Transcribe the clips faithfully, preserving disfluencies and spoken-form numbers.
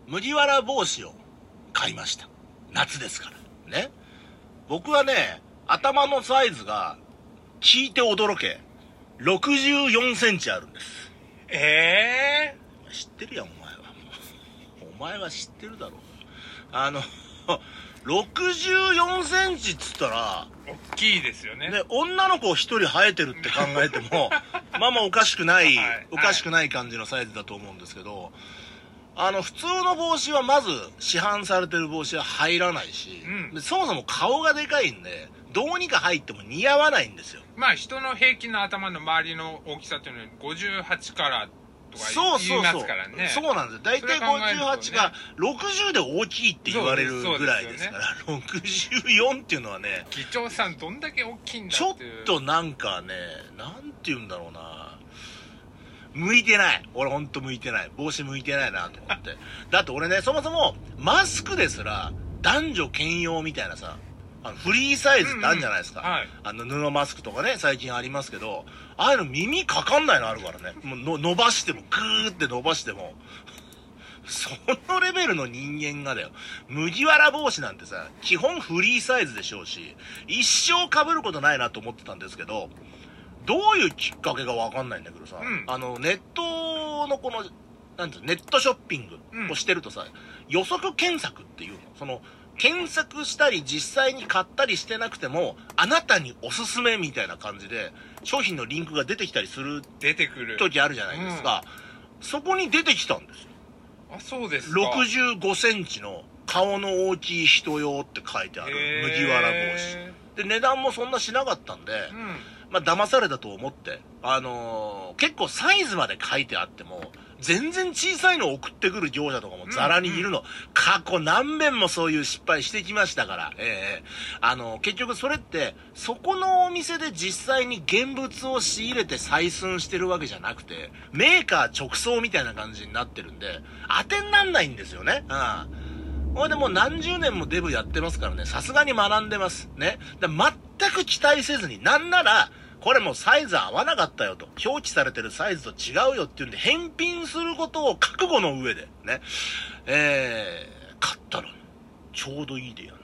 麦わら帽子を買いました。夏ですからね。僕はね、頭のサイズが聞いて驚けろくじゅうよんセンチあるんです。 ええー、知ってるやんお前は。お前は知ってるだろう。あのろくじゅうよんセンチっつったら大きいですよね。 で女の子一人生えてるって考えてもまあまあおかしくない、はい、おかしくない感じのサイズだと思うんですけど、あの普通の帽子はまず市販されてる帽子は入らないし、うん、でそもそも顔がでかいんでどうにか入っても似合わないんですよ。 まあ人の平均の頭の周りの大きさっていうのはごじゅうはちからとか言いますからね。 そうそうそうなんですよ。大体ごじゅうはちがろくじゅうで大きいって言われるぐらいですから、ろくじゅうよんっていうのはね、 議長さんどんだけ大きいんだって。 ちょっとなんかね、なんて言うんだろうな、向いてない。俺ほんと向いてない。帽子向いてないなと思ってだって俺ね、そもそもマスクですら男女兼用みたいなさ、あのフリーサイズってあるんじゃないですか、うんうん、はい、あの布マスクとかね最近ありますけど、ああいうの耳かかんないのあるからね、もうの伸ばしてもグーって伸ばしてもそのレベルの人間がだよ、麦わら帽子なんてさ基本フリーサイズでしょうし、一生被ることないなと思ってたんですけど、どういうきっかけがわかんないんだけどさ、うん、あのネットのこのなんていうの、ネットショッピングをしてるとさ、うん、予測検索っていうの、その検索したり実際に買ったりしてなくてもあなたにおすすめみたいな感じで商品のリンクが出てきたりする出てくる時あるじゃないですか、うん、そこに出てきたんですよ。 あ、そうですか。 ろくじゅうごセンチの顔の大きい人用って書いてある麦わら帽子で、値段もそんなしなかったんで、うん、まあ騙されたと思って、あのー、結構サイズまで書いてあっても全然小さいのを送ってくる業者とかもザラにいるの、うんうん、過去何遍もそういう失敗してきましたから、ええあの結局それってそこのお店で実際に現物を仕入れて採寸してるわけじゃなくてメーカー直送みたいな感じになってるんで当てになんないんですよね。うん、これでもう何十年もデブやってますからね、さすがに学んでますね。で全く期待せずに、なんならこれもうサイズ合わなかったよと、表記されてるサイズと違うよっていうんで返品することを覚悟の上でね、えー、買ったらちょうどいいでやる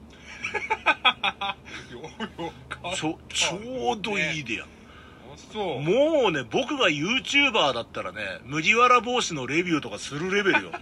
ちょちょうどいいでやる。そうもうね、僕が YouTuber だったらね、麦わら帽子のレビューとかするレベルよもう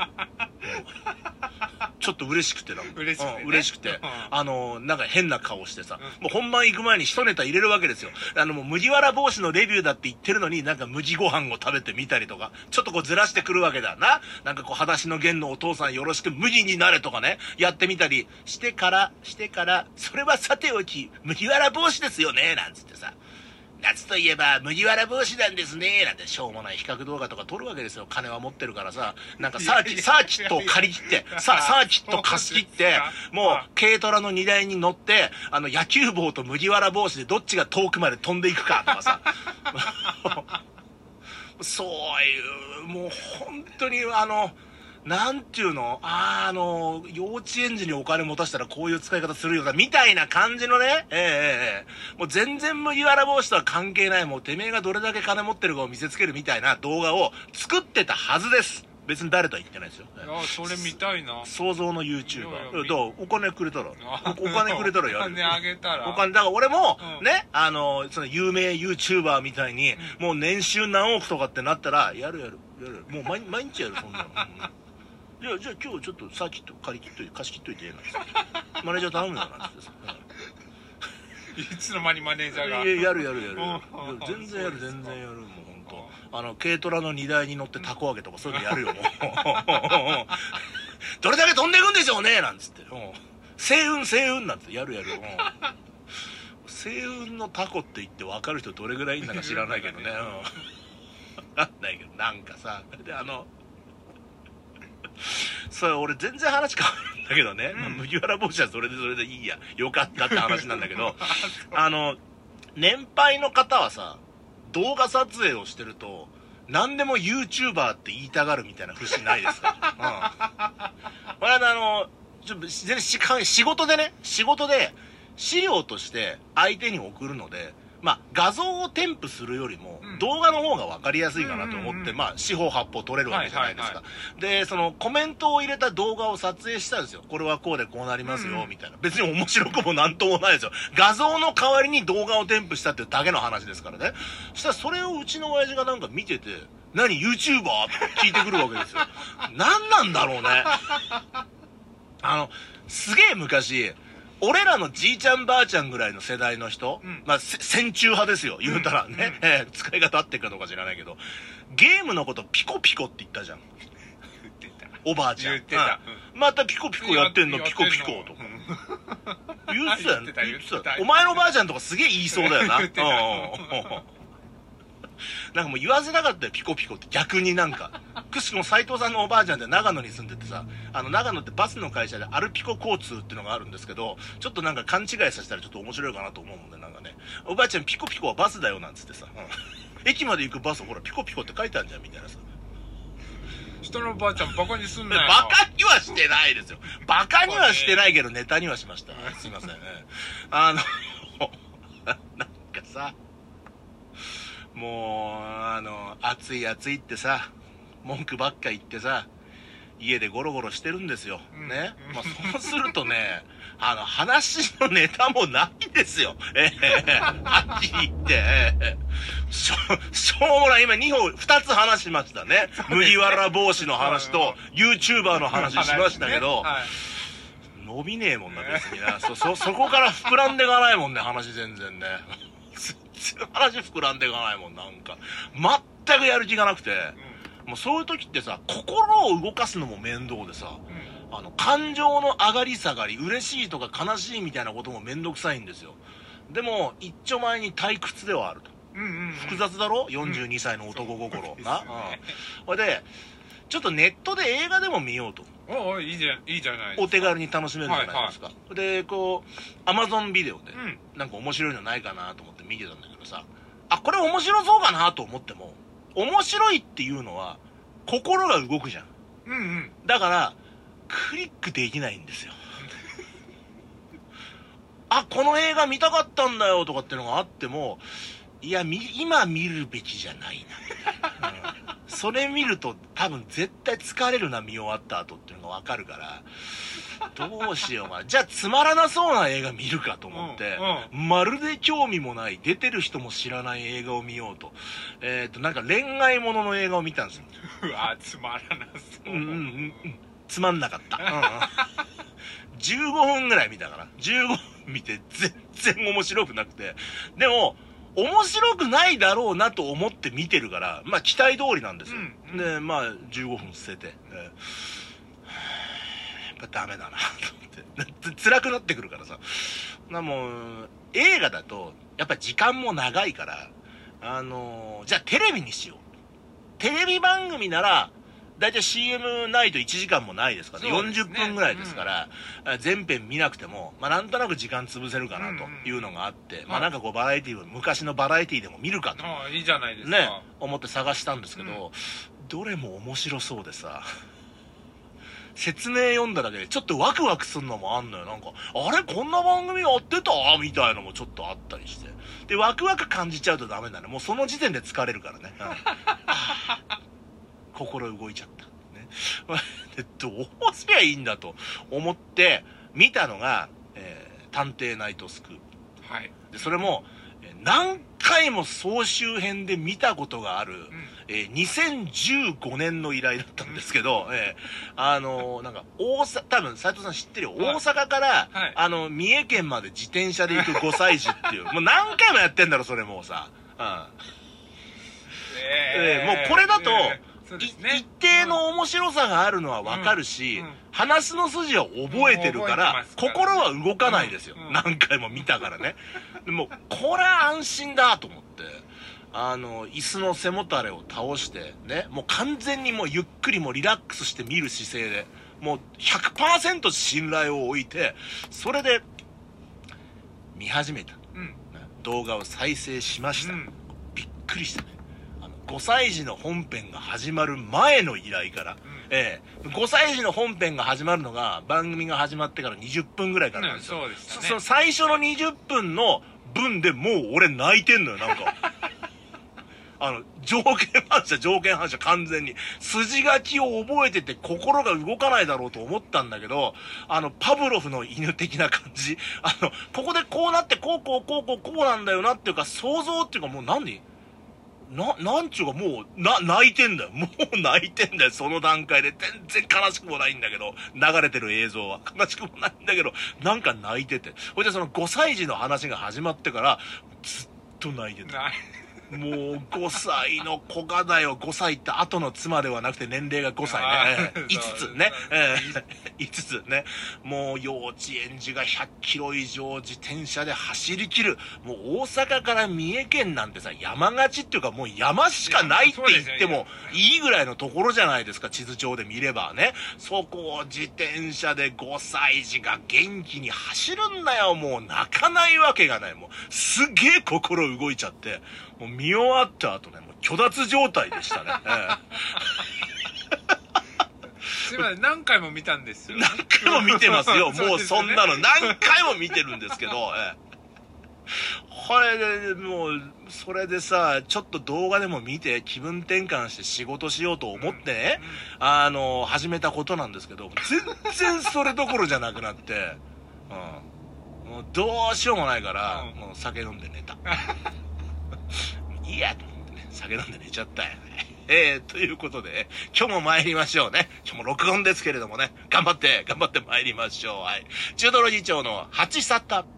ちょっと嬉しくてな、 嬉しくて、ね、 うん、嬉しくて、うん、あのなんか変な顔してさ、うん、もう本番行く前に一ネタ入れるわけですよ。あのもう麦わら帽子のレビューだって言ってるのになんか麦ご飯を食べてみたりとかちょっとこうずらしてくるわけだな。なんかこう裸足の弦のお父さんよろしく麦になれとかねやってみたりしてからしてからそれはさておき麦わら帽子ですよねなんつってさ、夏といえば麦わら帽子なんですねなんてしょうもない比較動画とか撮るわけですよ。金は持ってるからさ、なんかサーキサーキットを借り切ってさサーキット貸し切ってもう軽トラの荷台に乗ってあの野球帽と麦わら帽子でどっちが遠くまで飛んでいくかとかさそういうもう本当にあのなんていうの、あーあの幼稚園児にお金持たせたらこういう使い方するようなみたいな感じのね、ええええもう全然麦わら帽子とは関係ない、もうてめえがどれだけ金持ってるかを見せつけるみたいな動画を作ってたはずです。別に誰とは言ってないですよ。 ああ、それ見たいな。 想像の YouTuber。だからお金くれたら、お金くれたらやる。 お金あげたら。 お金、だから俺も、うん、ね、あの、その有名 YouTuber みたいに、うん、もう年収何億とかってなったら、やるやる、やる。もう毎毎日やる、そんなの。じゃあ、じゃあ今日ちょっとサーキット借り切っといて、貸し切っといて、なんつって。マネージャー頼むよ、なんつってさ。 いつの間にマネージャーが。 いや、やるやるやる。全然やる、全然やる、もうほんと。あの、軽トラの荷台に乗ってタコ揚げとかそういうのやるよ、もう。どれだけ飛んでいくんでしょうね、なんつって。星雲、星雲なんてやるやる。星雲のタコって言って分かる人どれぐらいいんだか知らないけどね。分かんないけど、なんかさ、で、あの、それ俺全然話変わるんだけどね、うん、まあ、麦わら帽子はそれでそれでいいやよかったって話なんだけどあの年配の方はさ動画撮影をしてると何でも YouTuber って言いたがるみたいな節ないですか、うん、これあのちょっと全然仕事でね仕事で資料として相手に送るのでまあ画像を添付するよりも動画の方が分かりやすいかなと思って、まあ四方八方撮れるわけじゃないですか。でそのコメントを入れた動画を撮影したんですよ。これはこうでこうなりますよみたいな。別に面白くもなんともないですよ。画像の代わりに動画を添付したっていうだけの話ですからね。そしたらそれをうちの親父がなんか見てて、何 YouTuber って聞いてくるわけですよ。何なんだろうね。あのすげえ昔、俺らのじいちゃんばあちゃんぐらいの世代の人、うん、まあ戦中派ですよ言うたらね、うんうん、えー、使い方合ってるかどうか知らないけど、ゲームのことピコピコって言ったじゃん。言ってた。おばあちゃん言ってた、 うん、またピコピコやってんのピコピコとか言ってたよね。言ってた。お前のばあちゃんとかすげえ言いそうだよな。言ってた。なんかもう言わせなかったよピコピコって。逆になんかくしくも斉藤さんのおばあちゃんって長野に住んでてさ、あの長野ってバスの会社でアルピコ交通っていうのがあるんですけど、ちょっとなんか勘違いさせたらちょっと面白いかなと思うもんね。なんかね、おばあちゃんピコピコはバスだよなんつってさ、うん、駅まで行くバスほらピコピコって書いてあるじゃんみたいなさ。 人のばあちゃんバカにすんなよ。 バカにはしてないですよ。バカにはしてないけどネタにはしました。すいません。あのなんかさ、もうあの暑い暑いってさ文句ばっか言ってさ家でゴロゴロしてるんですよ、うん、ね、まあ、そうするとねあの話のネタもないですよ、えー、はっきり言って、えー、しょしょうもない。今にほんふたつ話しましたね。麦わら帽子の話と YouTuber の話しましたけど、ね、はい、伸びねえもんな別にな。そそそこから膨らんでいかないもんね話。全然ね話膨らんでいかないもん。なんか全くやる気がなくて、うん、もうそういう時ってさ心を動かすのも面倒でさ、うん、あの感情の上がり下がり、嬉しいとか悲しいみたいなことも面倒くさいんですよ。でも一丁前に退屈ではあると、うんうんうん、複雑だろよんじゅうにさいの男心、うん、な、ほいでちょっとネットで映画でも見ようと。 おお、いいじゃん、いいじゃないですか。 お手軽に楽しめるじゃないですか、はいはい、でこう Amazon ビデオで、うん、なんか面白いのないかなと思って見てたんだけどさ、あこれ面白そうかなと思っても面白いっていうのは心が動くじゃん、うんうん、だからクリックできないんですよあこの映画見たかったんだよとかってのがあっても、いや今見るべきじゃないなみたいな、うん、それ見ると多分絶対疲れるな見終わった後っていうのが分かるから、どうしようかな。じゃあつまらなそうな映画見るかと思って、うんうん、まるで興味もない出てる人も知らない映画を見ようと、えっとなんか恋愛ものの映画を見たんですよ。 うわつまらなそう。うんうんうん、 うん、つまんなかった、うんうん、じゅうごふんぐらい見たからじゅうごふん見て全然面白くなくて、でも面白くないだろうなと思って見てるから、まあ期待通りなんですよ、うん、でまあじゅうごふん捨てて、えー、やっぱダメだなと思って辛くなってくるからさ。なもう映画だとやっぱ時間も長いから、あのー、じゃあテレビにしよう。テレビ番組ならだいたい シーエム ないといちじかんもないですから、ね、よんじゅっぷんぐらいですから、うん、全編見なくても、まあ、なんとなく時間潰せるかなというのがあって、うんうん、まあなんかこうバラエティー昔のバラエティーでも見るかと、 あいいじゃないですかね思って探したんですけど、うん、どれも面白そうでさ、説明読んだだけでちょっとワクワクするのもあんのよ。なんかあれこんな番組やってたみたいのもちょっとあったりして、でワクワク感じちゃうとダメだね。もうその時点で疲れるからね、うん心動いちゃったねでどうすりゃいいんだと思って見たのが、えー、探偵ナイトスクープ、はい、でそれも、えー、何回も総集編で見たことがある、うんえー、にせんじゅうごねんの依頼だったんですけど、うんえー、あのー、なんか大阪多分斉藤さん知ってるよ、はい、大阪から、はい、あの三重県まで自転車で行くごさい児っていうもう何回もやってんだろそれもうさ、うんえーえー、もうこれだと、えーね、一定の面白さがあるのは分かるし、うんうん、話の筋は覚えてるから、うん、心は動かないですよ、うんうん、何回も見たからねでもこれは安心だと思って、あの椅子の背もたれを倒してね、もう完全にもうゆっくりもリラックスして見る姿勢でもう ひゃくパーセント 信頼を置いてそれで見始めた、うん、動画を再生しました、うん、びっくりしたね。ごさい児の本編が始まる前の依頼から、うんええ、ごさい児の本編が始まるのが番組が始まってからにじゅっぷんぐらいからなんですよ、うん、そうでしたね、その最初のにじゅっぷんの分でもう俺泣いてんのよ、なんか。あの、条件反射、条件反射完全に。筋書きを覚えてて心が動かないだろうと思ったんだけど、あの、パブロフの犬的な感じ。あの、ここでこうなって、こうこうこうこうこうなんだよなっていうか、想像っていうかもう何な、なんちゅうかもう、な、泣いてんだよ。もう泣いてんだよ、その段階で。全然悲しくもないんだけど、流れてる映像は。悲しくもないんだけど、なんか泣いてて。ほいでそのごさい児の話が始まってから、ずっと泣いてた。もうごさいの子がだよ。ごさいって後の妻ではなくて年齢がごさいね。いつつね。いつつね。もう幼稚園児がひゃっキロ以上自転車で走り切る。もう大阪から三重県なんてさ、山がちっていうかもう山しかないって言ってもいいぐらいのところじゃないですか。地図上で見ればね。そこを自転車でごさい児が元気に走るんだよ。もう泣かないわけがない。もうすげえ心動いちゃって。もう見終わった後ね、もう虚脱状態でしたね。ええ、すいません、何回も見たんですよ。 何回も見てますよ。もうそんなの何回も見てるんですけど、ええ、これでもうそれでさ、ちょっと動画でも見て気分転換して仕事しようと思ってね、うん、あの始めたことなんですけど、全然それどころじゃなくなって、うん、もうどうしようもないから、うん、もう酒飲んで寝た。いいやと思ってね、酒飲んで寝ちゃったよね。えー、ということで、今日も参りましょうね。今日も録音ですけれどもね、頑張って、頑張って参りましょう。はい。中トロ議長の八沙汰。